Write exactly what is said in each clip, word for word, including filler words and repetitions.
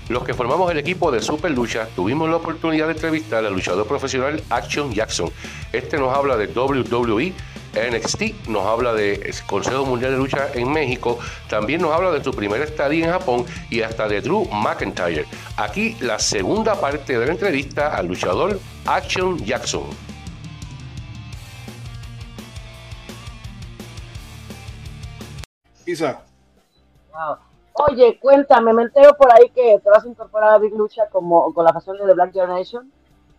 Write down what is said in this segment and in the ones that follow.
Los que formamos el equipo de Super Lucha tuvimos la oportunidad de entrevistar al luchador profesional Action Jackson. Este nos habla de W W E, N X T, nos habla de Consejo Mundial de Lucha en México, también nos habla de su primera estadía en Japón y hasta de Drew McIntyre. Aquí la segunda parte de la entrevista al luchador Action Jackson. Isa. Wow. Oye, cuéntame, me entero por ahí que te vas a incorporar a Big Lucha como, con la facción de The Black Generation.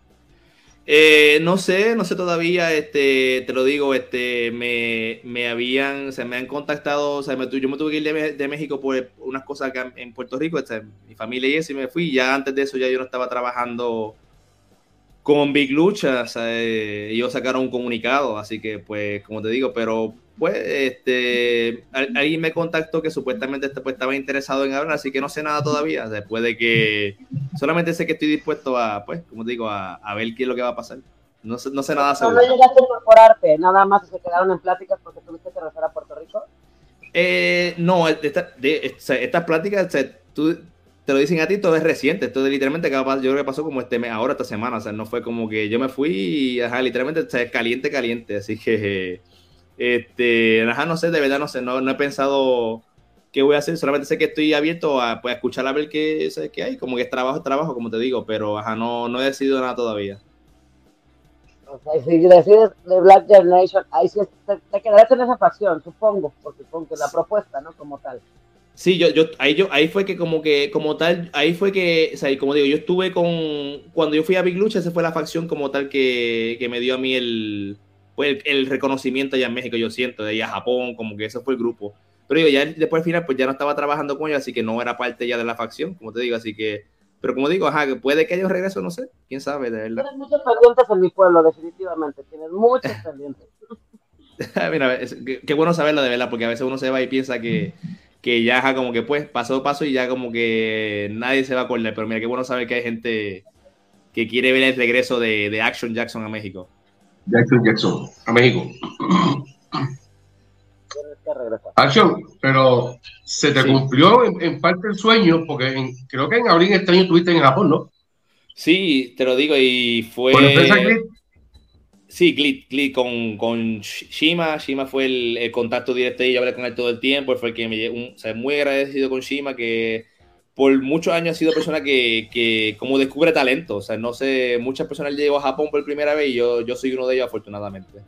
Eh, no sé, no sé todavía, este, te lo digo, este, me, me habían, o sea, me han contactado, o sea, me, yo me tuve que ir de, de México por unas cosas acá en Puerto Rico, o sea, mi familia y eso, y me fui, ya antes de eso ya yo no estaba trabajando con Big Lucha, o sea, eh, ellos sacaron un comunicado, así que, pues, como te digo, pero, pues, este, alguien me contactó que supuestamente pues, estaba interesado en hablar, así que no sé nada todavía, después de que, solamente sé que estoy dispuesto a, pues, como te digo, a, a ver qué es lo que va a pasar. No sé, no sé nada seguro. No, no llegaste a incorporarte, nada más se quedaron en pláticas porque tuviste que regresar a Puerto Rico. Eh, no, esta, de, esta, estas pláticas, o sea, tú te lo dicen a ti, todo es reciente, esto es literalmente que yo creo que pasó como este mes, ahora esta semana, o sea, no fue como que yo me fui y, ajá, literalmente, o sea, caliente, caliente, así que, este, ajá, no sé, de verdad, no sé, no, no he pensado qué voy a hacer, solamente sé que estoy abierto a, pues, a escuchar a ver qué, qué hay, como que es trabajo, es trabajo, como te digo, pero, ajá, no, no he decidido nada todavía. O sea, si decides de Black Generation, ahí sí te, te quedarás en esa facción, supongo, porque supongo que la propuesta, ¿no? Como tal. Sí, yo, yo, ahí yo, ahí fue que como que, como tal, ahí fue que, o sea, como digo, yo estuve con, cuando yo fui a Big Lucha, esa fue la facción como tal que, que me dio a mí el, pues el, el reconocimiento allá en México, yo siento, de allá a Japón, como que ese fue el grupo. Pero digo, ya después al final, pues ya no estaba trabajando con ellos, así que no era parte ya de la facción, como te digo, así que, pero como digo, ajá, que puede que haya un regreso, no sé, quién sabe, de verdad. Tienes muchos pendientes en mi pueblo, definitivamente, tienes muchos pendientes. Mira, es, qué, qué bueno saberlo de verdad, porque a veces uno se va y piensa que, que ya ajá, como que pues pasó paso y ya como que nadie se va a acordar, pero mira, qué bueno saber que hay gente que quiere ver el regreso de, de Action Jackson a México. Jackson Jackson, a México. Tienes que regresar. Action, pero se te Sí. cumplió en, en parte el sueño, porque en, creo que en abril este año estuviste en Japón, ¿no? Sí, te lo digo, y fue... Con la empresa Glit. Sí, Glit, Glit con, con Shima. Shima fue el, el contacto directo y yo hablé con él todo el tiempo. Él fue el que me un, o sea, muy agradecido con Shima, que por muchos años ha sido persona que, que como descubre talento. O sea, no sé, muchas personas llegó a Japón por primera vez y yo, yo soy uno de ellos, afortunadamente.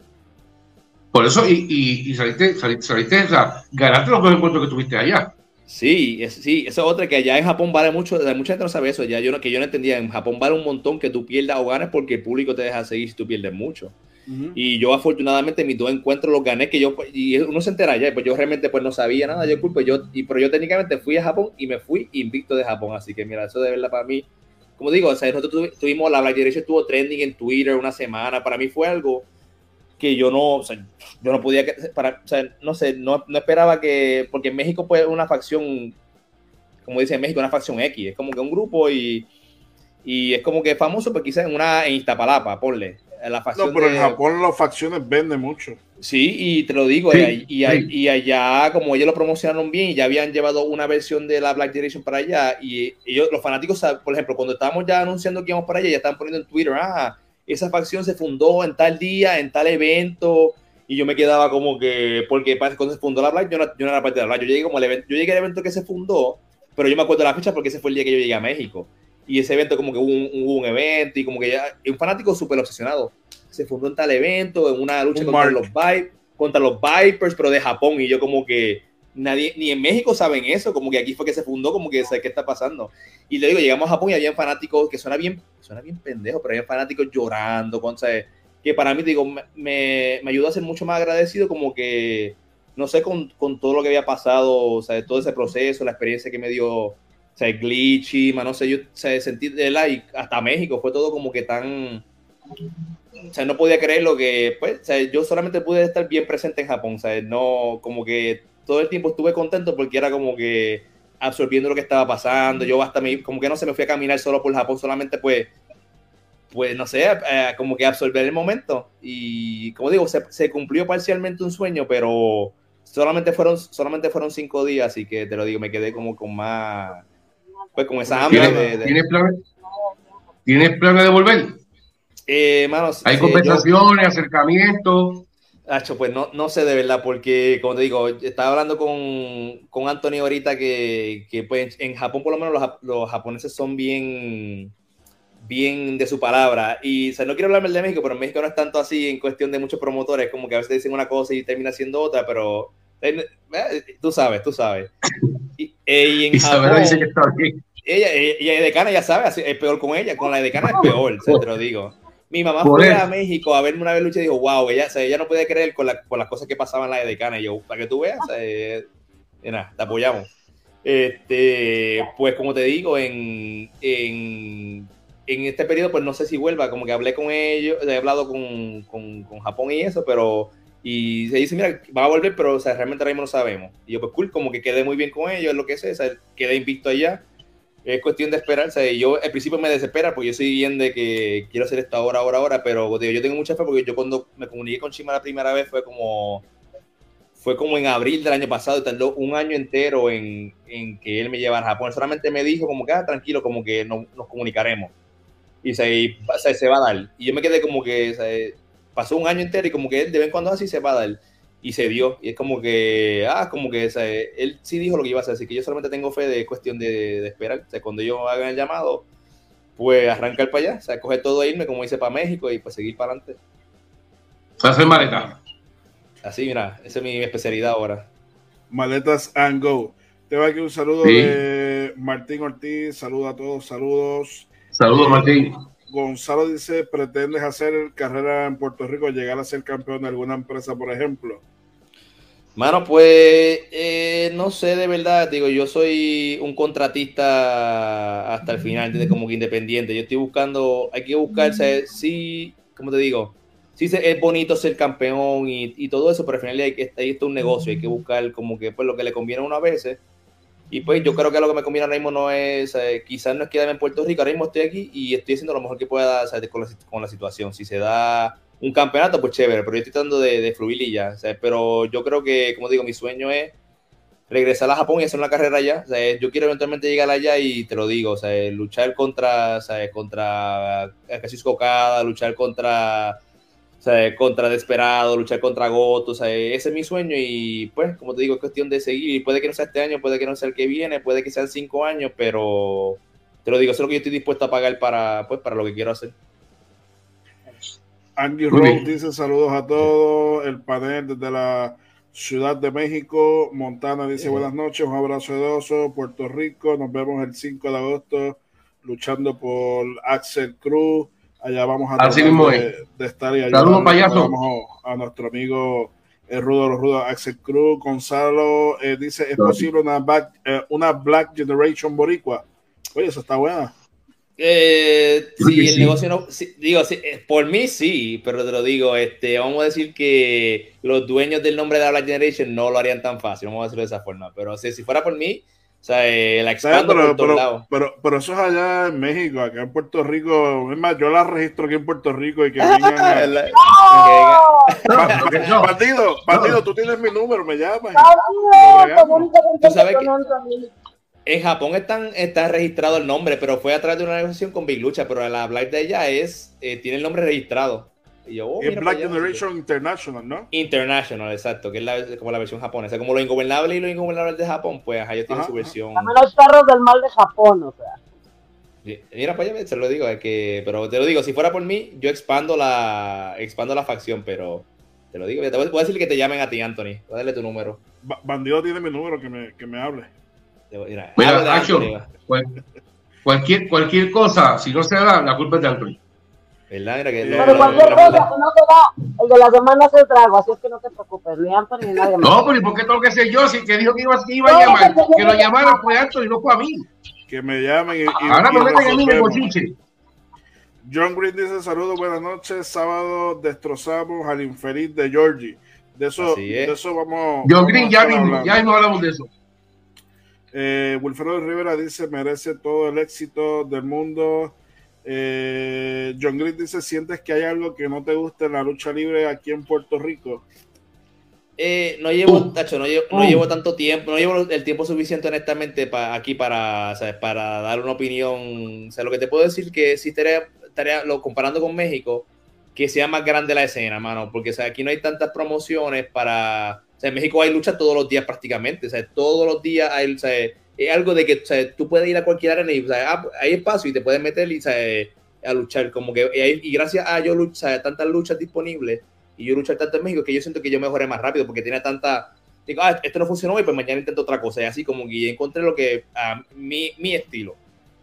Por eso, y, y, y saliste, saliste, saliste, o sea, ganaste los dos encuentros que tuviste allá. Sí, es, sí, eso es otra que allá en Japón vale mucho, mucha gente no sabe eso, ya yo no, que yo no entendía, en Japón vale un montón que tú pierdas o ganes porque el público te deja seguir si tú pierdes mucho. Uh-huh. Y yo afortunadamente mis dos encuentros los gané, que yo, y uno se entera ya, pues yo realmente pues no sabía nada, yo culpo, yo, y, pero yo técnicamente fui a Japón y me fui invicto de Japón, así que mira, eso de verdad para mí, como digo, o sea, nosotros tuvimos, la Black Generation estuvo trending en Twitter una semana, para mí fue algo que yo no, o sea, yo no podía, para, o sea, no sé, no, no esperaba que, porque en México pues una facción, como dice en México, una facción X, es como que un grupo y, y es como que famoso, pues quizás en una, en Iztapalapa, ponle, la facción. No, pero de, en Japón las facciones venden mucho. Sí, y te lo digo, sí, y, y, sí. y allá, como ellos lo promocionaron bien, y ya habían llevado una versión de la Black Generation para allá, y ellos, los fanáticos, por ejemplo, cuando estábamos ya anunciando que íbamos para allá, ya estaban poniendo en Twitter, ah, esa facción se fundó en tal día, en tal evento, y yo me quedaba como que, porque cuando se fundó la Black, yo no, yo no era parte de la Black, yo llegué como al evento, yo llegué al evento que se fundó, pero yo me acuerdo de la fecha porque ese fue el día que yo llegué a México, y ese evento como que hubo un, hubo un evento, y como que ya, un fanático súper obsesionado, se fundó en tal evento, en una lucha contra los, contra los Vipers, pero de Japón, y yo como que nadie, ni en México saben eso, como que aquí fue que se fundó, como que sé qué está pasando. Y le digo, llegamos a Japón y había fanáticos, que suena bien, suena bien pendejo, pero había fanáticos llorando, con, ¿sabes? Que para mí, digo, me, me ayudó a ser mucho más agradecido, como que, no sé, con, con todo lo que había pasado, o sea, todo ese proceso, la experiencia que me dio, o sea, Glitchy, no sé, yo, o sea, sentí de like, hasta México, fue todo como que tan... O sea, no podía creer lo que, pues, o sea, yo solamente pude estar bien presente en Japón, o sea, no, como que todo el tiempo estuve contento porque era como que absorbiendo lo que estaba pasando, yo hasta me, como que no se me fui a caminar solo por Japón, solamente pues, pues, no sé, eh, como que absorber el momento, y como digo, se, se cumplió parcialmente un sueño, pero solamente fueron, solamente fueron cinco días, así que te lo digo, me quedé como con más, pues con esa hambre ¿Tienes, de, de... ¿tienes planes? ¿Tienes planes de volver? Eh, mano, Hay sí, conversaciones, yo... acercamientos. Hacho, pues no, no sé de verdad, porque como te digo, estaba hablando con, con Anthony ahorita que, que pues en Japón por lo menos los, los japoneses son bien, bien de su palabra. Y o sea, no quiero hablarme de México, pero en México no es tanto así en cuestión de muchos promotores, como que a veces dicen una cosa y termina siendo otra, pero eh, tú sabes, tú sabes. Y, eh, y en Isabela Japón, dice que está bien. ella, ella, ella decana ya sabe, así, es peor con ella, con la decana es peor, o sea, te lo digo. Mi mamá Por fue eso. a México a verme una vez lucha y dijo, wow, ella, o sea, ella no puede creer con, la, con las cosas que pasaban en la decana. Y yo, para que tú veas, o sea, eh, mira, te apoyamos. Este, pues como te digo, en, en, en este periodo, pues no sé si vuelva, como que hablé con ellos, he hablado con, con, con Japón y eso, pero, y se dice, mira, va a volver, pero o sea, realmente ahora mismo no sabemos. Y yo, pues cool, como que quedé muy bien con ellos, es lo que sé, o sea, quedé invicto allá. Es cuestión de esperar, o sea, yo al principio me desespera porque yo soy bien de que quiero hacer esto ahora, ahora, ahora, pero digo, yo tengo mucha fe porque yo cuando me comuniqué con Chima la primera vez fue como fue como en abril del año pasado y tardó un año entero en, en que él me llevara a Japón. Solamente me dijo como que, ah, tranquilo, como que no, nos comunicaremos y, se, y o sea, se va a dar. Y yo me quedé como que, o sea, pasó un año entero y como que él de vez en cuando así se va a dar. Y se dio, y es como que, ah, como que, o sea, él sí dijo lo que iba a hacer, así que yo solamente tengo fe de cuestión de, de esperar, o sea, cuando yo haga el llamado, pues arrancar para allá, o sea, coger todo e irme, como dice, para México y pues seguir para adelante. Hacer maleta. Así, mira, esa es mi especialidad ahora. Maletas and go. Te va aquí un saludo Sí. de Martín Ortiz, saludos a todos, saludos. Saludos, Eh, Martín. Gonzalo dice, ¿pretendes hacer carrera en Puerto Rico, llegar a ser campeón de alguna empresa, por ejemplo? Mano, pues eh, no sé de verdad, digo, yo soy un contratista hasta el final, desde como que independiente. Yo estoy buscando, hay que buscarse, sí, como te digo, sí es bonito ser campeón y, y todo eso, pero al final hay que, ahí está un negocio, hay que buscar como que pues lo que le conviene a uno a veces. Y pues yo creo que lo que me conviene ahora mismo no es, eh, quizás no es quedarme en Puerto Rico, ahora mismo estoy aquí y estoy haciendo lo mejor que pueda, o sea, con, la, con la situación. Si se da un campeonato, pues chévere, pero yo estoy tratando de, de fluir y ya. O sea, pero yo creo que, como digo, mi sueño es regresar a Japón y hacer una carrera allá. O sea, yo quiero eventualmente llegar allá y te lo digo, o sea, luchar contra, o sea, contra Kazuchika Okada, luchar contra, o sea, contra Desperado, luchar contra Goto, o sea, ese es mi sueño y pues, como te digo, es cuestión de seguir. Puede que no sea este año, puede que no sea el que viene, puede que sean cinco años, pero te lo digo, eso es lo que yo estoy dispuesto a pagar para, pues, para lo que quiero hacer. Andy Rose dice saludos a todos, el panel desde la Ciudad de México. Montana dice buenas noches, un abrazo de oso. Puerto Rico, nos vemos el cinco de agosto luchando por Axel Cruz. Allá vamos a tratar de, de estar y ayudar a nuestro amigo el Rudo los Rudos, Axel Cruz. Gonzalo eh, dice, ¿es posible una, back, eh, una Black Generation boricua? Oye, eso está buena. Eh, sí, el sí. negocio no, sí, digo, sí, por mí sí, pero te lo digo, este, vamos a decir que los dueños del nombre de la Black Generation no lo harían tan fácil, vamos a decirlo de esa forma, pero si, si fuera por mí, o sea, eh, la expando pero, por todos pero, lados. Pero, pero eso es allá en México, acá en Puerto Rico, es más, yo la registro aquí en Puerto Rico y que vengan a... la, ¡No! que vengan. Bandido, bandido, no. Tú tienes mi número, me llamas. No, tú sabes que en Japón están, está registrado el nombre, pero fue a través de una negociación con Big Lucha, pero la Black de ella es, eh, tiene el nombre registrado. Y yo, oh, es Black Generation allá. International, ¿no? International, exacto, que es la, como la versión japonesa. Como lo ingobernable y lo ingobernable de Japón, pues ajá, ellos tienen su versión. También los carros del mal de Japón, o sea. Mira, para allá, se lo digo, es que, pero te lo digo, si fuera por mí, yo expando la, expando la facción, pero te lo digo, te voy a decir que te llamen a ti, Anthony, voy a darle tu número. Ba Bandido tiene mi número, que me, que me hable. Mira, Mira Action, cual, cualquier, cualquier cosa, si no se da, la culpa es de Anthony. ¿Verdad? Mira que eh, pero cualquier cosa que no se da, el de la semana se trago, así es que no te preocupes, ni Anthony ni nadie más. No, pero ¿y por qué tengo que ser yo? Si que dijo que iba, que iba a llamar, que, que lo llamara fue Anthony, no fue a mí. Que me llamen y, y ahora me meten a mí en bochinche. John Green dice saludos, buenas noches, sábado destrozamos al infeliz de Georgie. De eso, de eso vamos. John Green, ya mismo, ya mismo hablamos de eso. Eh, Wilfredo Rivera dice merece todo el éxito del mundo. eh, John Green dice, ¿sientes que hay algo que no te gusta en la lucha libre aquí en Puerto Rico? Eh, no llevo, tacho, no llevo, no llevo tanto tiempo, no llevo el tiempo suficiente honestamente pa, aquí para, ¿sabes? Para dar una opinión. O sea, lo que te puedo decir que sí estaría, estaría lo, comparando con México, que sea más grande la escena, mano, porque o sea, aquí no hay tantas promociones para... O sea, en México hay lucha todos los días prácticamente, o sea, todos los días hay, o sea, es algo de que o sea, tú puedes ir a cualquier arena y o sea, ah, hay espacio y te puedes meter y, o sea, a luchar, como que, y, hay, y gracias a yo luchar, tantas luchas disponibles, y yo luchar tanto en México, que yo siento que yo mejoré más rápido, porque tiene tanta... Digo, ah, esto no funcionó y pues mañana intento otra cosa, y así como que encontré lo que... Uh, mi, mi estilo.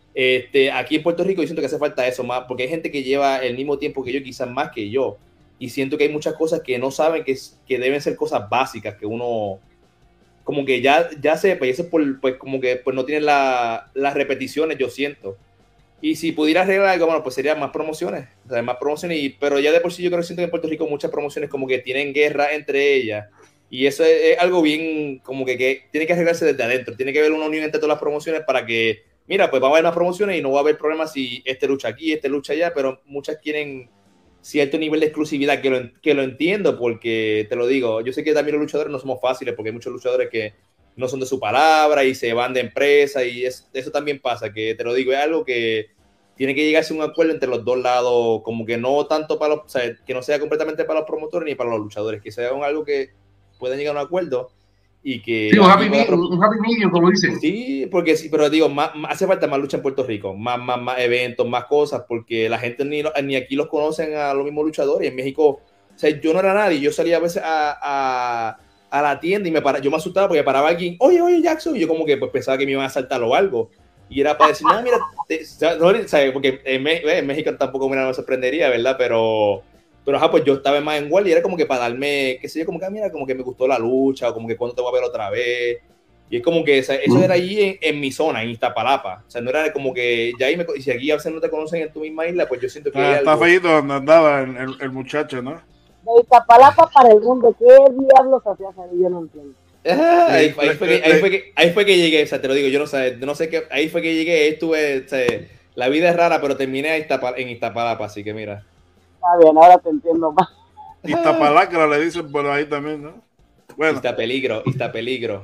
Este, aquí en Puerto Rico yo siento que hace falta eso más, porque hay gente que lleva el mismo tiempo que yo, quizás más que yo, y siento que hay muchas cosas que no saben que, que deben ser cosas básicas, que uno... Como que ya, ya sepa, y eso por, pues como que pues no tienen la, las repeticiones, yo siento. Y si pudiera arreglar algo, bueno, pues serían más promociones, o sea, más promociones, y, pero ya de por sí yo creo que siento que en Puerto Rico muchas promociones como que tienen guerra entre ellas, y eso es, es algo bien, como que, que tiene que arreglarse desde adentro, tiene que haber una unión entre todas las promociones para que, mira, pues va a haber más promociones y no va a haber problemas si este lucha aquí, este lucha allá, pero muchas quieren cierto nivel de exclusividad, que lo, que lo entiendo, porque te lo digo, yo sé que también los luchadores no somos fáciles, porque hay muchos luchadores que no son de su palabra y se van de empresa, y es, eso también pasa, que te lo digo, es algo que tiene que llegarse a un acuerdo entre los dos lados, como que no tanto para los, o sea, que no sea completamente para los promotores ni para los luchadores, que sea un algo que puedan llegar a un acuerdo y que... Sí, un happy, medium, un happy medium, como dicen. Sí, porque sí, pero digo, más, más, hace falta más lucha en Puerto Rico, más, más, más eventos, más cosas, porque la gente ni, ni aquí los conocen a los mismos luchadores. En México, o sea, yo no era nadie, yo salía a veces a... a a la tienda y me para, yo me asustaba porque paraba alguien, oye, oye, Jackson, y yo como que pues pensaba que me iban a asaltar o algo, y era para decir, no, mira, te, no, ¿sabes? Porque en, en México tampoco me, me sorprendería, ¿verdad? Pero, pero ajá, pues yo estaba más en Wall y era como que para darme, qué sé yo, como que, mira, como que me gustó la lucha, o como que cuando te voy a ver otra vez, y es como que, o sea, eso mm. era allí en, en mi zona, en Iztapalapa, o sea, no era como que, ya ahí me, y si aquí a veces no te conocen en tu misma isla, pues yo siento que... Ah, está algo... feíto donde andaba el, el, el muchacho, ¿no? De Iztapalapa para el mundo, ¿qué diablos hacías ahí? Yo no entiendo. Ah, ahí, ahí, fue que, ahí, fue que, ahí fue que llegué, o sea, te lo digo, yo no sé, no sé qué, ahí fue que llegué, estuve, o sea, la vida es rara, pero terminé en Iztapalapa, así que mira. Está bien, ahora te entiendo más. Iztapalacra le dicen por ahí también, ¿no? Bueno. Está peligro, está peligro.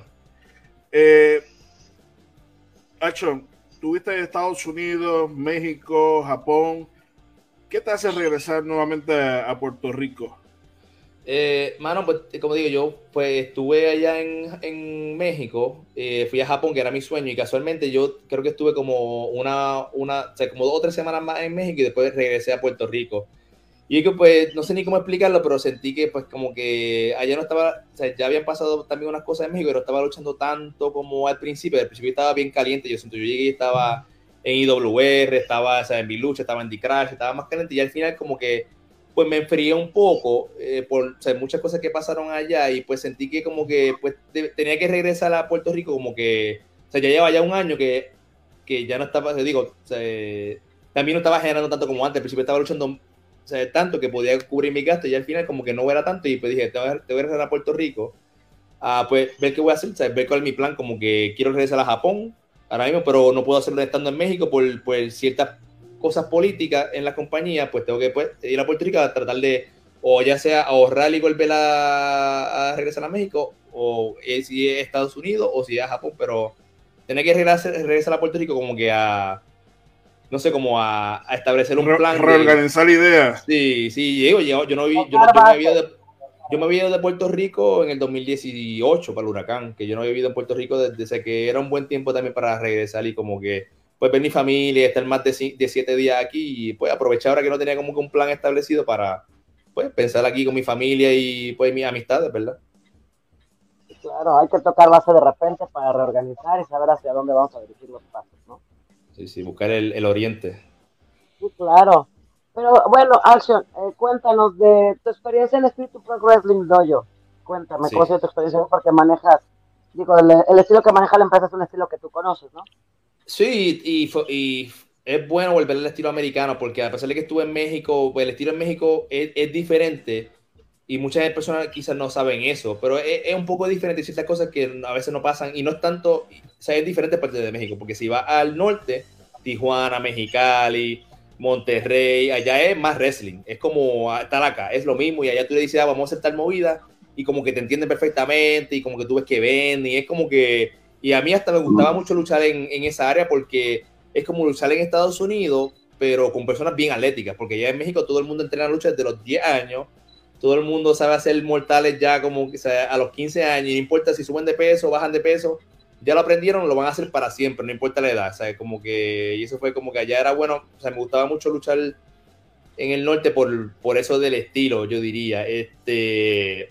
Eh, Action, tuviste en Estados Unidos, México, Japón. ¿Qué te hace regresar nuevamente a, a Puerto Rico? Eh, mano, pues como digo, yo pues estuve allá en, en México, eh, fui a Japón, que era mi sueño, y casualmente yo creo que estuve como una, una, o sea, como dos o tres semanas más en México y después regresé a Puerto Rico. Y es que pues, no sé ni cómo explicarlo, pero sentí que pues como que allá no estaba, o sea, ya habían pasado también unas cosas en México, pero estaba luchando tanto como al principio, al principio estaba bien caliente, yo siento, yo llegué y estaba en I W R, estaba, o sea, en mi lucha, estaba en D-Crash, estaba más caliente, y al final como que pues me enfrié un poco eh, por o sea, muchas cosas que pasaron allá, y pues sentí que como que pues de, tenía que regresar a Puerto Rico, como que, o sea, ya lleva ya un año que, que ya no estaba, te digo, o sea, también no estaba generando tanto como antes, al principio estaba luchando, o sea, tanto que podía cubrir mi gasto, y al final como que no era tanto, y pues dije, te voy a, te voy a regresar a Puerto Rico, a pues ver qué voy a hacer, o sea, ver cuál es mi plan, como que quiero regresar a Japón ahora mismo, pero no puedo hacerlo estando en México por, por ciertas cosas políticas en la compañía, pues tengo que pues, ir a Puerto Rico a tratar de, o ya sea ahorrar y volver a, a regresar a México, o es, si es Estados Unidos o si es a Japón, pero tener que regresar, regresar a Puerto Rico como que a, no sé, como a, a establecer un Re, plan. Reorganizar ideas. Sí, sí, llego, yo, yo, no vi, yo, no, yo, me había de, yo me había ido de Puerto Rico en el dos mil dieciocho para el huracán, que yo no había vivido en Puerto Rico desde, desde que era un buen tiempo también para regresar y como que pues ver mi familia, estar más de, de siete días aquí y pues aprovechar ahora que no tenía como que un plan establecido para pues pensar aquí con mi familia y pues mis amistades, ¿verdad? Claro, hay que tocar base de repente para reorganizar y saber hacia dónde vamos a dirigir los pasos, ¿no? Sí, sí, buscar el, el oriente. Sí, claro. Pero bueno, Action, eh, cuéntanos de tu experiencia en Street to Pro Wrestling Dojo. Cuéntame, sí. ¿Cómo ha sido tu experiencia? Porque manejas, digo, el, el estilo que maneja la empresa es un estilo que tú conoces, ¿no? Sí, y, y es bueno volver al estilo americano, porque a pesar de que estuve en México, pues el estilo en México es, es diferente, y muchas personas quizás no saben eso, pero es, es un poco diferente, ciertas cosas que a veces no pasan, y no es tanto, o sea, es diferente parte de México, porque si vas al norte, Tijuana, Mexicali, Monterrey, allá es más wrestling, es como tal acá, es lo mismo, y allá tú le dices, ah, vamos a hacer tal movida, y como que te entienden perfectamente y como que tú ves que ven y es como que, y a mí hasta me gustaba mucho luchar en, en esa área porque es como luchar en Estados Unidos, pero con personas bien atléticas, porque ya en México todo el mundo entrena lucha desde los diez años, todo el mundo sabe hacer mortales ya como o sea, a los quince años, y no importa si suben de peso o bajan de peso, ya lo aprendieron, lo van a hacer para siempre, no importa la edad, o sea, como que, y eso fue como que allá era bueno, o sea, me gustaba mucho luchar en el norte por, por eso del estilo, yo diría, este...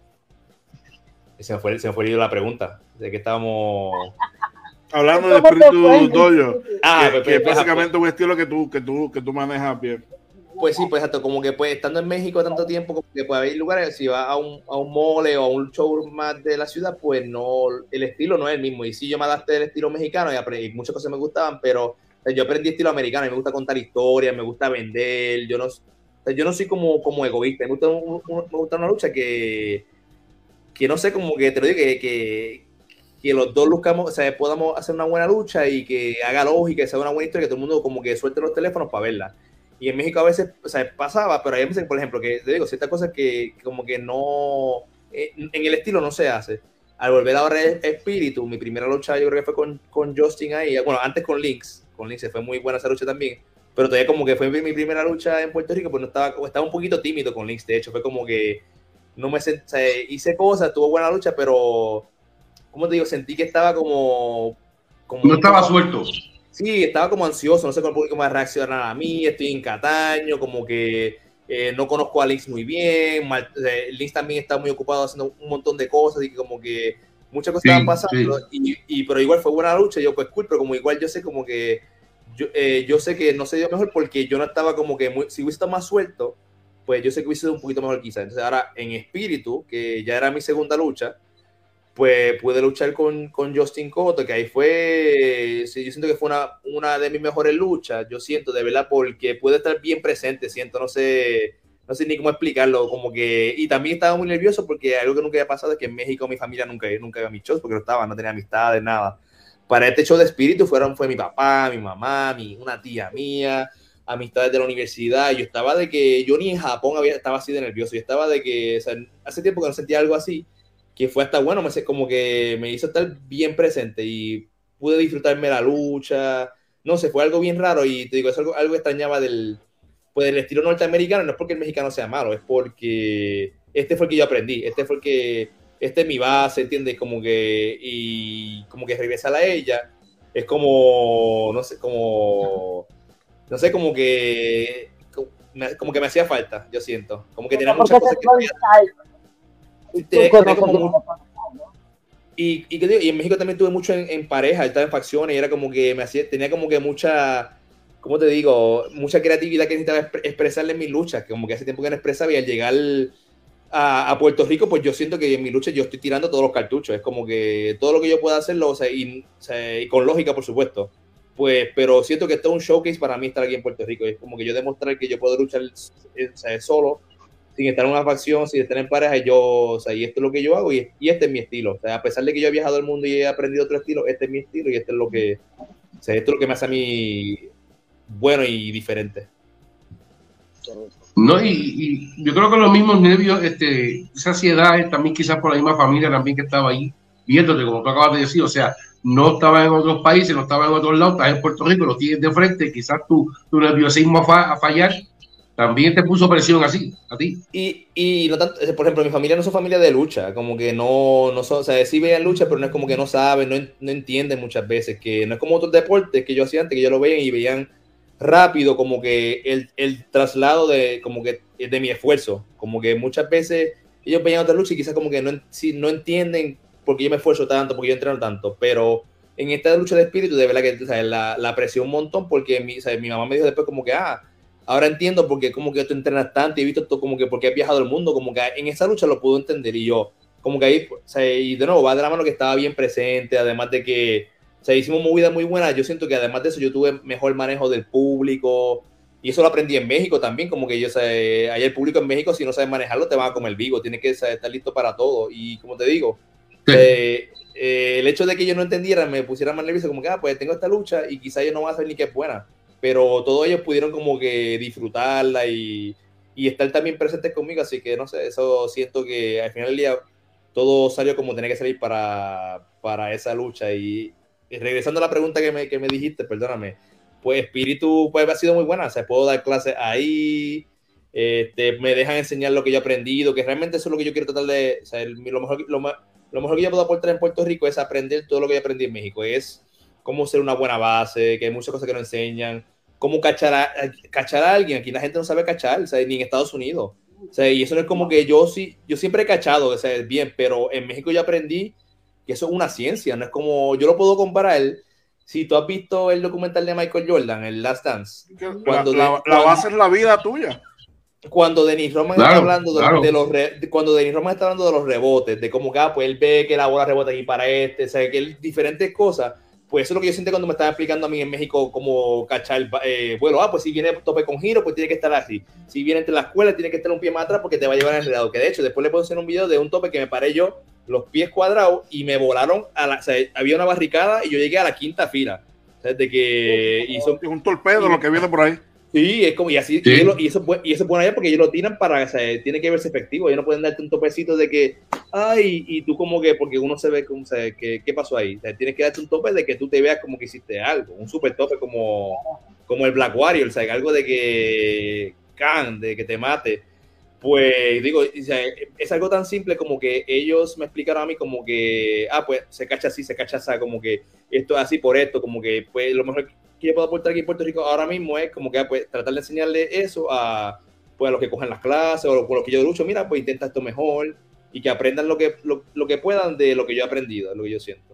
Se me fue, se me fue la pregunta, de que estábamos... Hablando de Espíritu Dojo, ah, que, pues, que es pues, básicamente pues, un estilo que tú, que tú, que tú manejas bien. Pues sí, pues exacto, como que pues estando en México tanto tiempo, como que puede haber lugares, si vas a un, a un mole o a un show más de la ciudad, pues no, el estilo no es el mismo. Y sí, yo me adapté del estilo mexicano y, aprendí, y muchas cosas me gustaban, pero yo aprendí estilo americano y me gusta contar historias, me gusta vender, yo no, yo no soy como, como egoísta, me gusta, me gusta una lucha que, que no sé, como que te lo digo, que, que, que los dos buscamos, o sea, podamos hacer una buena lucha y que haga lógica, que sea una buena historia, que todo el mundo como que suelte los teléfonos para verla. Y en México a veces, o sea, pasaba, pero hay veces, por ejemplo, que te digo, ciertas cosas que como que no, en el estilo no se hace. Al volver ahora Espíritu, mi primera lucha yo creo que fue con, con Justin ahí, bueno, antes con Lynx, con Lynx fue muy buena esa lucha también, pero todavía como que fue mi primera lucha en Puerto Rico, pues no estaba, estaba un poquito tímido con Lynx, de hecho, fue como que no me sent, o sea, hice cosas, tuvo buena lucha, pero, ¿cómo te digo? Sentí que estaba como... como no estaba como, suelto. Sí, estaba como ansioso, no sé cómo el público va a reaccionar a mí, estoy en Cataño, como que eh, no conozco a Lynx muy bien, mal, eh, Lynx también está muy ocupado haciendo un montón de cosas y como que muchas cosas sí, estaban pasando, sí. y, y, pero igual fue buena lucha, yo pues cool, pero como igual yo sé como que, yo, eh, yo sé que no se dio mejor porque yo no estaba como que, muy, si hubiese estado más suelto, pues yo sé que hubiese sido un poquito mejor quizás, entonces ahora en Espíritu, que ya era mi segunda lucha, pues pude luchar con, con Justin Cotto, que ahí fue, sí, yo siento que fue una, una de mis mejores luchas, yo siento, de verdad, porque puede estar bien presente, siento, no sé, no sé ni cómo explicarlo, como que, y también estaba muy nervioso porque algo que nunca había pasado es que en México mi familia nunca, nunca iba a mis shows, porque no estaba, no tenía amistades, nada. Para este show de Espíritu fueron, fue mi papá, mi mamá, mi, una tía mía, amistades de la universidad, yo estaba de que, yo ni en Japón había, estaba así de nervioso, yo estaba de que, o sea, hace tiempo que no sentía algo así, que fue hasta bueno, me, como que me hizo estar bien presente y pude disfrutarme la lucha, no sé, fue algo bien raro y te digo, es algo, algo que extrañaba del, pues, del estilo norteamericano, no es porque el mexicano sea malo, es porque este fue el que yo aprendí, este fue el que, este es mi base, ¿entiendes? Como que, y como que regresar a ella, es como, no sé, como, no sé, como que, como que me hacía falta, yo siento, como que tenía muchas cosas que... Y, te, te como, y, y, y en México también tuve mucho en, en pareja, estaba en facciones y era como que me hacía, tenía como que mucha, ¿cómo te digo? Mucha creatividad que necesitaba expresarle en mis luchas, que como que hace tiempo que no expresaba y al llegar a, a Puerto Rico, pues yo siento que en mi lucha yo estoy tirando todos los cartuchos, es como que todo lo que yo pueda hacerlo, o sea, y, o sea, y con lógica, por supuesto, pues, pero siento que esto es un showcase para mí estar aquí en Puerto Rico, es como que yo demostrar que yo puedo luchar, o sea, solo, sin estar en una facción, sin estar en pareja, yo, o sea, y esto es lo que yo hago y, y este es mi estilo. O sea, a pesar de que yo he viajado al mundo y he aprendido otro estilo, este es mi estilo y este es lo que, o sea, esto es lo que me hace a mí bueno y diferente. No, y, y yo creo que los mismos nervios, este, esa ansiedad también quizás por la misma familia también que estaba ahí viéndote, como tú acabas de decir, o sea, no estaba en otros países, no estaba en otros lados, estás en Puerto Rico, lo tienes de frente, quizás tu, tu nerviosismo a, fa, a fallar también te puso presión así, a ti. Y, y no tanto, por ejemplo, mi familia no son familia de lucha, como que no, no son, o sea, sí veían lucha, pero no es como que no saben, no, no entienden muchas veces, que no es como otros deportes que yo hacía antes, que yo lo veían y veían rápido como que el, el traslado de, como que, de mi esfuerzo, como que muchas veces ellos veían otra lucha y quizás como que no, si, no entienden por qué yo me esfuerzo tanto, por qué yo entreno tanto, pero en esta lucha de espíritu, de verdad que, o sea, la, la presión un montón, porque mi, o sea, mi mamá me dijo después como que, ah, ahora entiendo por qué como que tú entrenas tanto y he visto todo como que porque has viajado el mundo, como que en esa lucha lo puedo entender y yo, como que ahí, o sea, y de nuevo, va de la mano que estaba bien presente, además de que, o sea, hicimos movidas muy buenas, yo siento que además de eso yo tuve mejor manejo del público y eso lo aprendí en México también, como que yo, o sea, ahí el público en México, si no sabes manejarlo, te van a comer vivo, tienes que, o sea, estar listo para todo y como te digo, sí. eh, eh, el hecho de que yo no entendiera me pusiera más nervioso, como que, ah, pues tengo esta lucha y quizá yo no voy a saber ni qué es buena. Pero todos ellos pudieron como que disfrutarla y, y estar también presentes conmigo, así que no sé, eso siento que al final del día todo salió como tenía que salir para, para esa lucha. Y, y regresando a la pregunta que me, que me dijiste, perdóname, pues espíritu pues ha sido muy buena, o sea, puedo dar clases ahí, este, me dejan enseñar lo que yo he aprendido, que realmente eso es lo que yo quiero tratar de, o sea, el, lo, mejor, lo, lo mejor que yo puedo aportar en Puerto Rico es aprender todo lo que yo aprendí en México, es cómo ser una buena base, que hay muchas cosas que no enseñan, cómo cachar a, cachar a alguien, aquí la gente no sabe cachar, o sea, ni en Estados Unidos. O sea, y eso no es como que yo sí, yo siempre he cachado, o sea, bien, pero en México yo aprendí que eso es una ciencia, no es como, yo lo puedo comparar, si tú has visto el documental de Michael Jordan, el Last Dance. Cuando la, la, de, la base es la vida tuya. Cuando Dennis Rodman claro, está hablando de, claro. de los re, cuando Dennis Rodman está hablando de los rebotes, de cómo que ah, pues él ve que la bola rebota aquí para este, o sea, que él, diferentes cosas. Pues eso es lo que yo siento cuando me estaban explicando a mí en México cómo cachar eh, vuelo. Ah, pues si viene tope con giro, pues tiene que estar así. Si viene entre las cuerdas, tiene que estar un pie más atrás porque te va a llevar enredado. Que de hecho, después le puedo hacer un video de un tope que me paré yo, los pies cuadrados, y me volaron a la... O sea, había una barricada y yo llegué a la quinta fila. O sea, de que hizo... Es un torpedo lo que viene por ahí. Sí, es como, y así, sí. y, lo, y, eso, y eso es bueno allá porque ellos lo tiran para, o sea, tiene que verse efectivo, ellos no pueden darte un topecito de que, ay, y tú como que, porque uno se ve, como, o sea, que, ¿qué pasó ahí? O sea, tienes que darte un tope de que tú te veas como que hiciste algo, un super tope como, como el Black Warrior, o sea, algo de que, can, de que te mate. Pues, digo, o sea, es algo tan simple como que ellos me explicaron a mí como que, ah, pues, se cacha así, se cacha así, como que esto es así por esto, como que, pues, lo mejor que yo puedo aportar aquí en Puerto Rico ahora mismo es como que pues, tratar de enseñarle eso a, pues, a los que cogen las clases o por los que yo lucho. Mira, pues intenta esto mejor y que aprendan lo que, lo, lo que puedan de lo que yo he aprendido, lo que yo siento.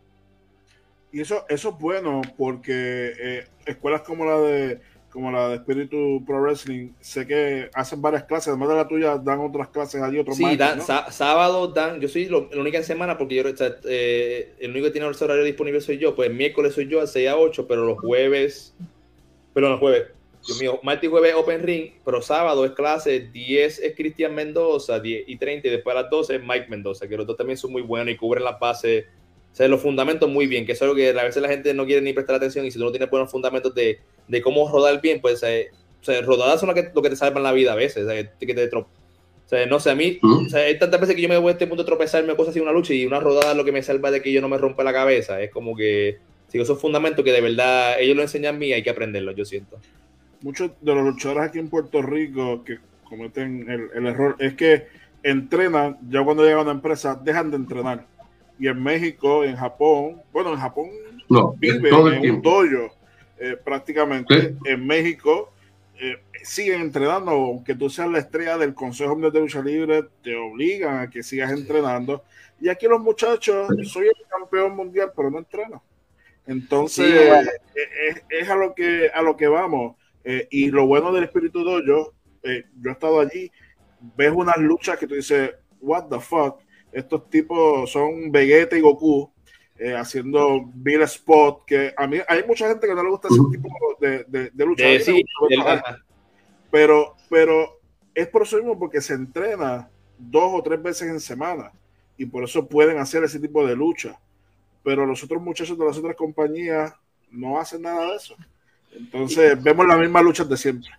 Y eso, eso es bueno porque eh, escuelas como la de como la de Espíritu Pro Wrestling, sé que hacen varias clases, además de la tuya, dan otras clases allí, otros sí, martes, dan, ¿no? sá, sábado dan, yo soy lo, la única en semana porque yo, o sea, eh, el único que tiene el horario disponible soy yo, pues miércoles soy yo a seis a ocho, pero los jueves, pero los jueves, Dios mío, martes y jueves Open Ring, pero sábado es clase, diez es Cristian Mendoza, diez y treinta, y después a las doce es Mike Mendoza, que los dos también son muy buenos y cubren las bases, o sea, los fundamentos muy bien, que es algo que a veces la gente no quiere ni prestar atención, y si tú no tienes buenos fundamentos de, de cómo rodar bien, pues eh, o sea, rodadas son lo que, lo que te salvan la vida a veces, o sea, que te trop o sea, no sé, a mí, ¿Mm? o sea, hay tantas veces que yo me voy a este punto de tropezarme cosas así en una lucha, y una rodada es lo que me salva de que yo no me rompa la cabeza, es como que, sigo esos fundamentos que de verdad ellos lo enseñan a mí, hay que aprenderlos, yo siento. Muchos de los luchadores aquí en Puerto Rico que cometen el, el error es que entrenan, ya cuando llegan a una empresa, dejan de entrenar. Y en México, en Japón, bueno, en Japón no, viven en un dojo eh, prácticamente. ¿Sí? En México eh, siguen entrenando, aunque tú seas la estrella del Consejo Mundial de Lucha Libre, te obligan a que sigas entrenando. Y aquí los muchachos, soy el campeón mundial, pero no entreno. Entonces, sí, bueno. es, es a lo que a lo que vamos. Eh, y lo bueno del Espíritu Dojo, eh, yo he estado allí, ves unas luchas que tú dices, what the fuck. Estos tipos son Vegeta y Goku eh, haciendo Bill Spot, que a mí hay mucha gente que no le gusta ese tipo de, de, de lucha, de, sí, gusta, pero, pero es por eso mismo, porque se entrena dos o tres veces en semana y por eso pueden hacer ese tipo de lucha, pero los otros muchachos de las otras compañías no hacen nada de eso, entonces vemos las mismas luchas de siempre.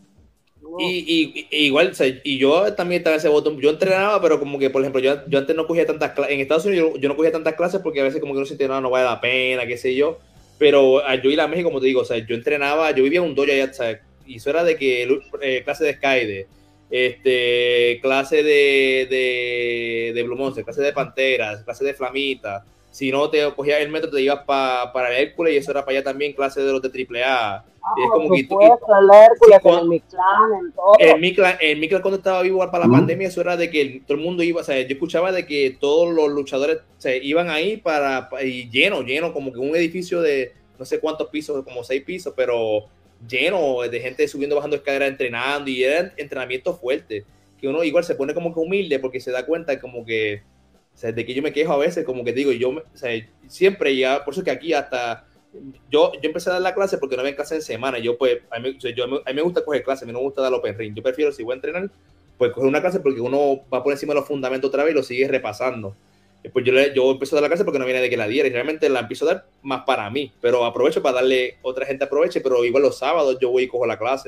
Y, y, y igual, o sea, y yo también estaba en ese botón, yo entrenaba, pero como que, por ejemplo, yo, yo antes no cogía tantas clases, en Estados Unidos yo, yo no cogía tantas clases porque a veces como que no sentía nada, no vale la pena, qué sé yo, pero yo ir a México, como te digo, o sea, yo entrenaba, yo vivía en un dojo allá, o sea, y eso era de que, eh, clase de Skyde, este, clase de, de, de Blue Monster, clase de Panteras, clase de Flamita, si no te cogías el metro te ibas pa, para el Hércules y eso era para allá también, clase de los de triple A. Ah, es como que supuesto, y, el Hércules, sí, en mi clan, en todo. En mi clan, en mi clan cuando estaba vivo para la uh-huh. pandemia, eso era de que el, todo el mundo iba, o sea, yo escuchaba de que todos los luchadores se iban ahí para, para y lleno, lleno, como que un edificio de no sé cuántos pisos, como seis pisos, pero lleno de gente subiendo, bajando escaleras, entrenando, y era entrenamiento fuerte, que uno igual se pone como que humilde porque se da cuenta como que, o sea, de que yo me quejo a veces, como que digo, yo, o sea, siempre ya, por eso que aquí hasta Yo, yo empecé a dar la clase porque no había clase en semana. Yo, pues, a mí, yo, a mí me gusta coger clase, a mí no me gusta dar open ring. Yo prefiero, si voy a entrenar, pues coger una clase porque uno va por encima de los fundamentos otra vez y lo sigue repasando. Pues yo, yo empecé a dar la clase porque no viene de que la diera y realmente la empiezo a dar más para mí. Pero aprovecho para darle, otra gente aproveche, pero igual los sábados yo voy y cojo la clase.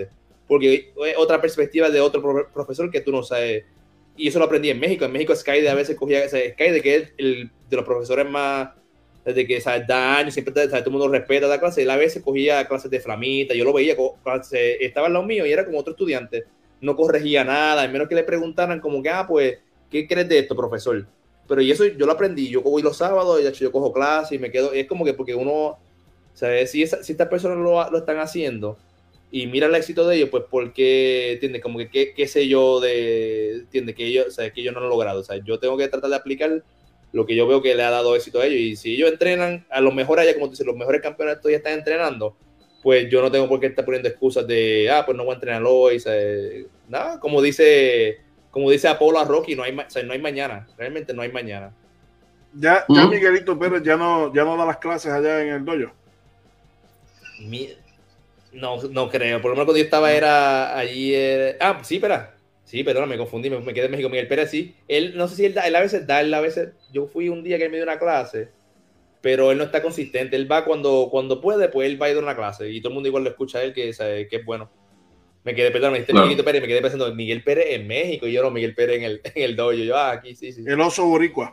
porque es otra perspectiva de otro pro profesor que tú no sabes. Y eso lo aprendí en México. En México Skyde a veces cogía, o sea, Skyde, que es el de los profesores más, desde que ¿sabes? Da años, siempre ¿sabes? Todo el mundo respeta la clase, él a veces cogía clases de flamita, yo lo veía, clase, estaba al lado mío y era como otro estudiante, no corregía nada, al menos que le preguntaran como que, ah, pues, ¿qué crees de esto, profesor? Pero y eso yo lo aprendí, yo cojo los sábados, yo, yo cojo clase y me quedo, es como que porque uno, ¿sabes? Si, esa, si estas personas lo, lo están haciendo y mira el éxito de ellos, pues porque, ¿entiendes? Como que qué, qué sé yo de, ¿entiendes? Que ellos, o sea, que ellos no lo han logrado, o sea, yo tengo que tratar de aplicar lo que yo veo que le ha dado éxito a ellos, y si ellos entrenan, a lo mejor allá, como tú dices, los mejores campeones ya están entrenando, pues yo no tengo por qué estar poniendo excusas de, ah, pues no voy a entrenar hoy, o sea, nada, como dice, como dice Apolo a Rocky, no hay, o sea, no hay mañana, realmente no hay mañana. Ya, ya uh-huh. Miguelito Pérez ya no, ya no da las clases allá en el dojo. Mi, no, no creo, por lo menos cuando yo estaba era allí, era, ah, sí, espera, sí, perdón, me confundí, me, me quedé en México. Miguel Pérez sí, él, no sé si él, él a veces da, él a veces, yo fui un día que él me dio una clase, pero él no está consistente, él va cuando, cuando puede, pues él va a ir a una clase, y todo el mundo igual lo escucha a él, que, sabe, que es bueno. Me quedé, perdón, me dijiste claro. Miguelito Pérez, me quedé pensando, Miguel Pérez en México, y yo no, Miguel Pérez en el, en el dojo, yo, ah, aquí, sí, sí. El oso boricua.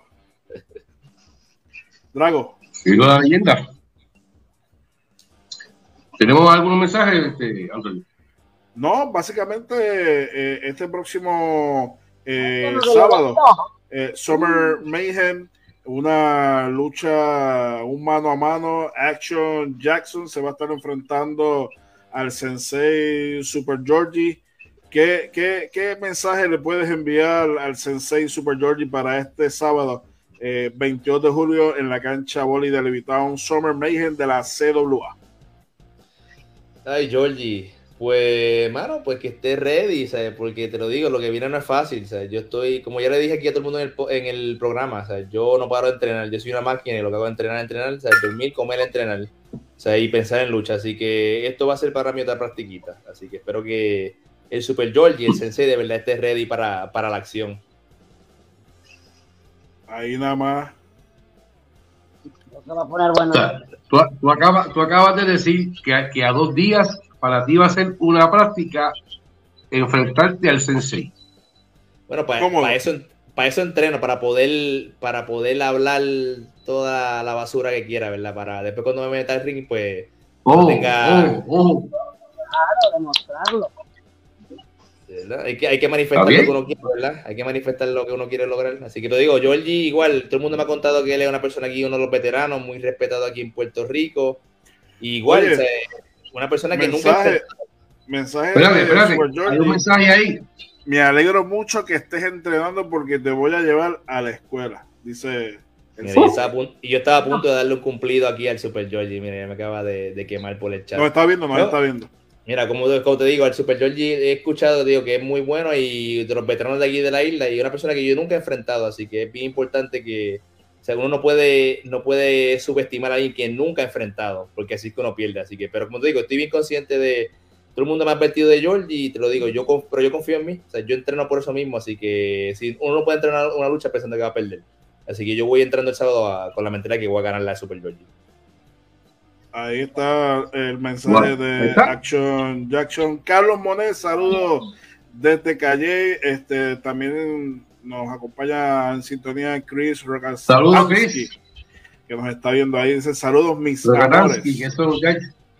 Drago. Sigo la leyenda. ¿Tenemos algunos mensajes, este, Antonio? No, básicamente eh, este próximo eh, sábado, eh, Summer Mayhem, una lucha, un mano a mano, Action Jackson se va a estar enfrentando al Sensei Super Georgie. ¿Qué, qué, qué mensaje le puedes enviar al Sensei Super Georgie para este sábado, eh, veintidós de julio, en la cancha Boli de Levitown, Summer Mayhem de la C W A? Ay, Georgie, pues, mano, pues que esté ready, ¿sabes? Porque te lo digo, lo que viene no es fácil, ¿sabes? Yo estoy, como ya le dije aquí a todo el mundo en el, en el programa, ¿sabes? Yo no paro de entrenar, yo soy una máquina y lo que hago es entrenar, entrenar, ¿sabes? Dormir, comer, entrenar, ¿sabes? Y pensar en lucha, así que esto va a ser para mí otra practiquita, así que espero que el Super Georgie, el Sensei, de verdad esté ready para, para la acción. Ahí nada más. Se va a poner bueno. O sea, tú, tú, acabas, tú acabas de decir que, que a dos días para ti va a ser una práctica enfrentarte al Sensei. Bueno, para, para eso para eso entreno, para poder para poder hablar toda la basura que quiera, ¿verdad? Para después cuando me meta al ring, pues oh, no tenga... Oh, oh. Claro, demostrarlo. ¿Verdad? Hay que, hay que manifestar lo que uno quiere, ¿verdad? Hay que manifestar lo que uno quiere lograr. Así que te digo, Georgie, igual, todo el mundo me ha contado que él es una persona aquí, uno de los veteranos, muy respetado aquí en Puerto Rico. Y igual, Oye, o sea, una persona que mensaje, nunca... Mensaje espérate, espérate, hay un mensaje ahí. Me alegro mucho que estés entrenando porque te voy a llevar a la escuela, dice... Mira, yo estaba punto, y yo estaba a punto de darle un cumplido aquí al Super Georgie. Mira, ya me acaba de, de quemar por el chat. No está viendo, no, no está viendo. Mira, como, como te digo, al Super Georgie he escuchado, digo, que es muy bueno y de los veteranos de aquí de la isla y una persona que yo nunca he enfrentado, así que es bien importante que, o sea, uno no puede, no puede subestimar a alguien que nunca ha enfrentado, porque así es que uno pierde, así que, pero como te digo, estoy bien consciente de, todo el mundo me ha advertido de Georgie y te lo digo, yo, pero yo confío en mí, o sea, yo entreno por eso mismo, así que si uno no puede entrenar una lucha pensando que va a perder, así que yo voy entrando el sábado a, con la mentalidad que voy a ganar la Super Georgie. Ahí está el mensaje de Action Jackson. Carlos Monet, saludos desde Calle. Este, también nos acompaña en sintonía Chris Rogansky. Saludos, Chris. Que nos está viendo ahí. Dice, saludos, mis Rogansky, amores. Eso ya...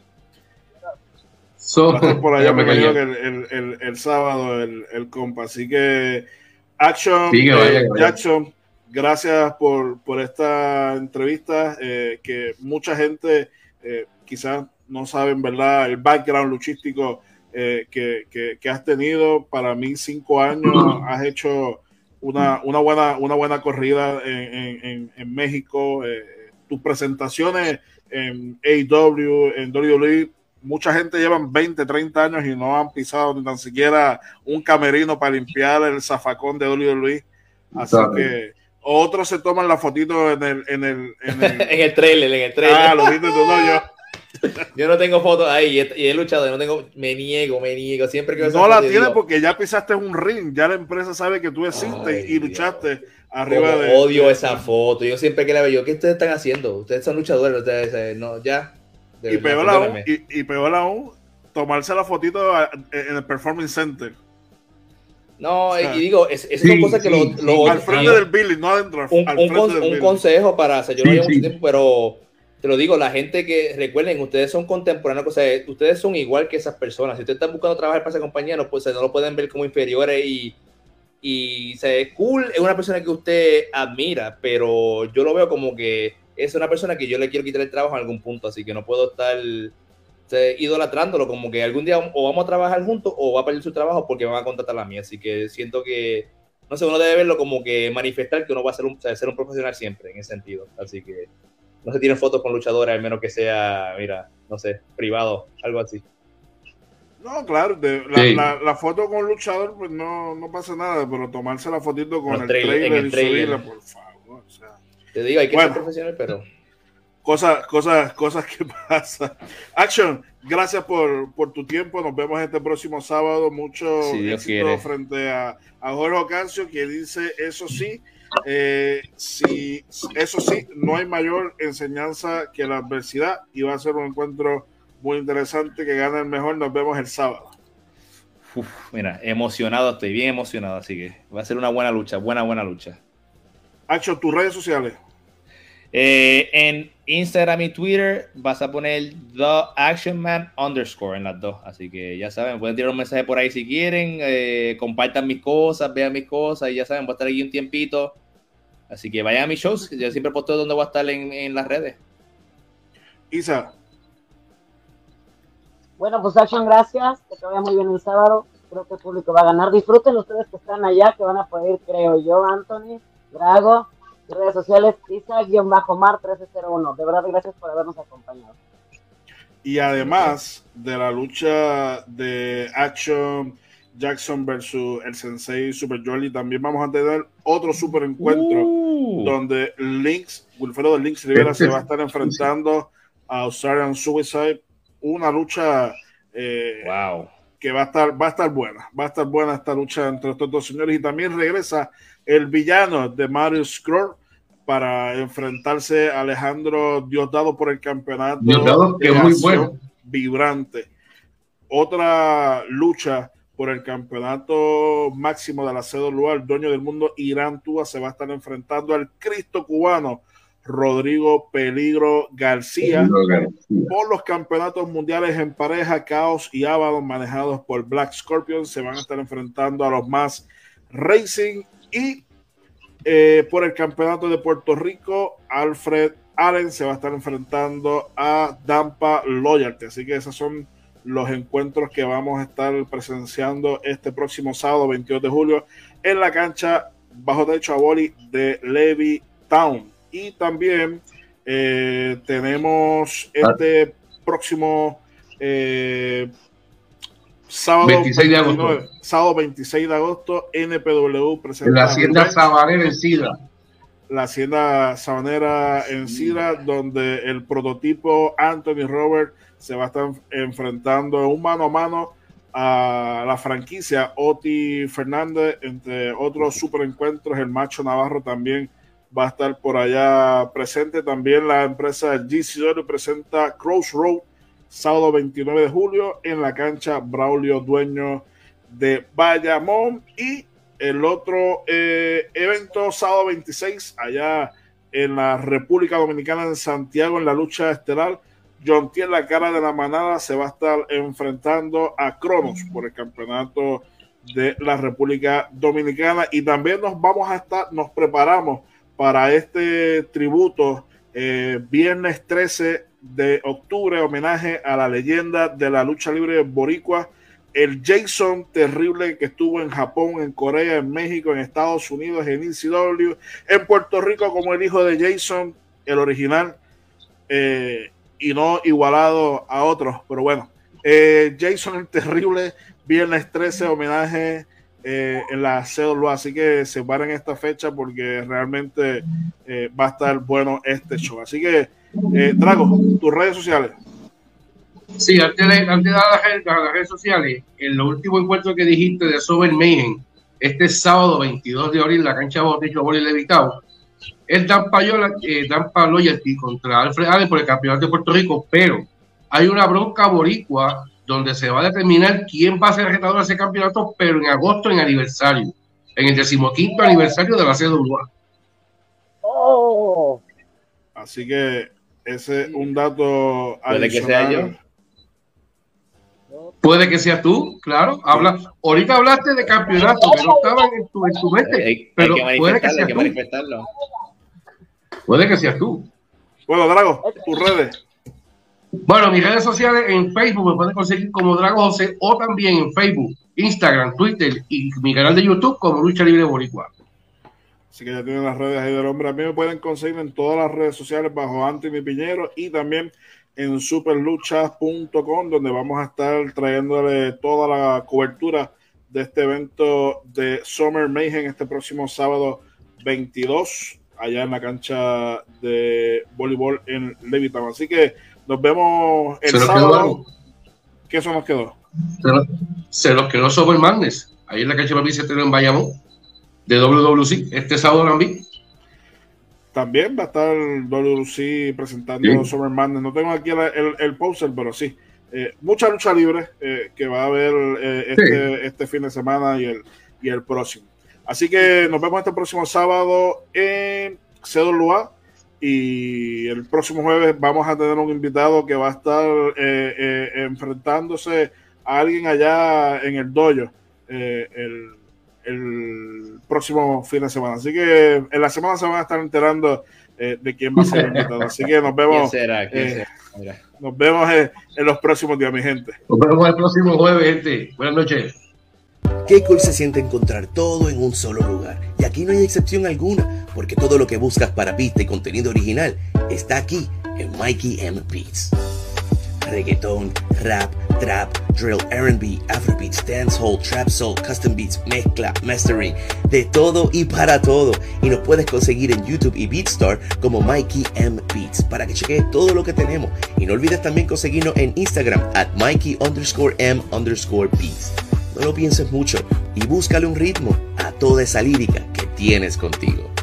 So, Va a estar por allá me el, el, el, el sábado el, el compa. Así que Action sí, que vaya, eh, que vaya. Jackson, gracias por, por esta entrevista. Eh, que mucha gente... Eh, quizás no saben, ¿verdad?, el background luchístico eh, que, que, que has tenido. Para mí, cinco años, has hecho una, una, buena, una buena corrida en, en, en México. Eh, tus presentaciones en A E W, en W W E, mucha gente llevan veinte, treinta años y no han pisado ni tan siquiera un camerino para limpiar el zafacón de W W E. Así ¿Sabe? que otros se toman la fotito en el en el, en el, en el trailer, en el trailer. Ah, lo viste tú, no, yo. Yo no tengo fotos ahí y he luchado, no tengo, me niego, me niego. Siempre que no la tienes porque ya pisaste un ring, ya la empresa sabe que tú existes. Ay, y luchaste Dios. arriba Como de. Odio de, esa foto. Yo siempre que la veo, ¿qué ustedes están haciendo? Ustedes son luchadores, ustedes, no, ya. Y peor, aún, y, y peor aún, tomarse la fotito en el Performance Center. No, o sea, y digo, es, esas sí, son cosas que sí, lo, lo al frente del building, no adentro. Un, al un, frente con, del un consejo para, o sea, yo sí, no llevo sí. mucho tiempo, pero te lo digo, la gente que, recuerden, ustedes son contemporáneos, o sea, ustedes son igual que esas personas. Si ustedes están buscando trabajar para esa compañía, no, pues, no lo pueden ver como inferiores y, y o sea, es cool, es una persona que usted admira, pero yo lo veo como que es una persona que yo le quiero quitar el trabajo en algún punto, así que no puedo estar o sea, idolatrándolo, como que algún día o vamos a trabajar juntos o va a perder su trabajo porque van a contratar a mí, así que siento que, no sé, uno debe verlo como que manifestar que uno va a ser un, o sea, ser un profesional siempre en ese sentido, así que no se tienen fotos con luchadores, al menos que sea, mira, no sé, privado, algo así. No, claro, de, la, sí. la, la foto con luchador, pues no, no pasa nada, pero tomarse la fotito con el trailer, trailer y subirla, por favor. O sea, te digo, hay que bueno, ser profesional, pero... Cosas, cosas, cosas que pasan. Action, gracias por, por tu tiempo. Nos vemos este próximo sábado. Mucho sí, éxito frente a, a Jorge Ocasio, que dice, eso sí, eh, si, eso sí, no hay mayor enseñanza que la adversidad y va a ser un encuentro muy interesante que gane el mejor. Nos vemos el sábado. Uf, mira, emocionado, estoy bien emocionado, así que va a ser una buena lucha, buena, buena lucha. Action, tus redes sociales. Eh, en Instagram y Twitter vas a poner The Action Man underscore en las dos, así que ya saben, pueden tirar un mensaje por ahí si quieren, eh, compartan mis cosas, vean mis cosas y ya saben, voy a estar aquí un tiempito, así que vayan a mis shows, yo siempre posteo donde voy a estar en, en las redes. Isa. Bueno, pues Action, gracias, que te vaya muy bien el sábado, creo que el público va a ganar, disfruten ustedes que están allá, que van a poder, creo yo, Anthony, Drago, redes sociales, Isa-Mar trece cero uno. De verdad, gracias por habernos acompañado. Y además de la lucha de Action Jackson versus el Sensei Super Jolly, también vamos a tener otro super encuentro uh. donde Lynx, Wilfredo Lynx Rivera se va a estar enfrentando a Australian Suicide. Una lucha eh, wow. que va a estar, va a estar buena. Va a estar buena esta lucha entre estos dos señores. Y también regresa el villano de Marius Skrull para enfrentarse a Alejandro Diosdado por el campeonato. Diosdado, que es muy bueno. Vibrante. Otra lucha por el campeonato máximo de la C W A, el dueño del mundo, Irán Túa, se va a estar enfrentando al Cristo cubano, Rodrigo Peligro García, García, por los campeonatos mundiales en pareja. Caos y Abaddon, manejados por Black Scorpion, se van a estar enfrentando a los más Racing. Y eh, por el campeonato de Puerto Rico, Alfred Allen se va a estar enfrentando a Dampa Loyalty. Así que esos son los encuentros que vamos a estar presenciando este próximo sábado veintidós de julio en la cancha bajo techo a boli de Levittown. Y también eh, tenemos este próximo eh, sábado veintiséis de agosto. Sábado veintiséis de agosto, N P W presenta en la Hacienda Sabanera en Sidra. La Hacienda Sabanera en Sidra, donde el prototipo Anthony Robert se va a estar enfrentando en un mano a mano a la franquicia Oti Fernández, entre otros super encuentros. El Macho Navarro también va a estar por allá presente. También la empresa G C W presenta Crossroad, sábado veintinueve de julio en la cancha Braulio Dueño de Bayamón. Y el otro eh, evento, sábado veintiséis, allá en la República Dominicana, en Santiago, en la lucha estelar, John Tier, la cara de la manada, se va a estar enfrentando a Cronos por el campeonato de la República Dominicana. Y también nos vamos a estar, nos preparamos para este tributo eh, viernes trece de octubre, homenaje a la leyenda de la lucha libre boricua, el Jason Terrible, que estuvo en Japón, en Corea, en México, en Estados Unidos, en E C W, en Puerto Rico como el hijo de Jason, el original, eh, y no igualado a otros, pero bueno, eh, Jason el Terrible, viernes trece, homenaje eh, en la C W A, así que se paren esta fecha porque realmente eh, va a estar bueno este show. Así que, eh, Drago, tus redes sociales. Sí, antes de, antes de dar las, las redes sociales, en los últimos encuentros que dijiste de Sober Mayhem, este sábado veintidós de abril, la cancha Botecho Boli Levittown, el Dampa, eh, Loyalty contra Alfred Allen por el campeonato de Puerto Rico, pero hay una bronca boricua donde se va a determinar quién va a ser retador a ese campeonato, pero en agosto, en aniversario, en el decimoquinto aniversario de la C W A. Oh. Así que ese es un dato Puede que sea yo. Puede que sea tú, claro. Habla, ahorita hablaste de campeonato, que no estaban en tu, en tu mente, Hay, pero hay que puede que sea hay que tú. manifestarlo. Puede que seas tú. Bueno, Drago, tus redes. Bueno, mis redes sociales en Facebook me pueden conseguir como Drago José o también en Facebook, Instagram, Twitter y mi canal de YouTube como Lucha Libre Boricua. Así que ya tienen las redes ahí del hombre. A mí me pueden conseguir en todas las redes sociales bajo Anthony Piñero y también en superluchas punto com, donde vamos a estar trayéndole toda la cobertura de este evento de Summer Mayhem este próximo sábado veintidós, allá en la cancha de voleibol en Levittown. Así que nos vemos el ¿Se nos sábado. quedó algo? ¿Qué eso nos quedó? Se, lo, se los quedó Summer Madness, ahí en la cancha de Papi Centeno en Bayamón, de W W C, este sábado también. También va a estar W W C presentando Sí. Summer Madness. No tengo aquí el, el, el poster, pero sí. Eh, mucha lucha libre eh, que va a haber eh, este, sí. este fin de semana y el, y el próximo. Así que nos vemos este próximo sábado en C W A. Y el próximo jueves vamos a tener un invitado que va a estar eh, eh, enfrentándose a alguien allá en el dojo eh, el, el próximo fin de semana. Así que en la semana se van a estar enterando eh, de quién va a ser el invitado. Así que nos vemos. ¿Quién será? ¿Quién eh, será? Nos vemos eh, en los próximos días, mi gente. Nos vemos el próximo jueves, gente. Buenas noches. Qué cool se siente encontrar todo en un solo lugar. Y aquí no hay excepción alguna, porque todo lo que buscas para pista y contenido original está aquí en Mikey M Beats. Reggaetón, rap, trap, drill, R and B, afrobeats, dancehall, trap soul, custom beats, mezcla, mastering, de todo y para todo. Y nos puedes conseguir en YouTube y BeatStar como Mikey M Beats para que cheques todo lo que tenemos. Y no olvides también conseguirnos en Instagram at Mikey underscore M underscore Beats. No lo pienses mucho y búscale un ritmo a toda esa lírica que tienes contigo.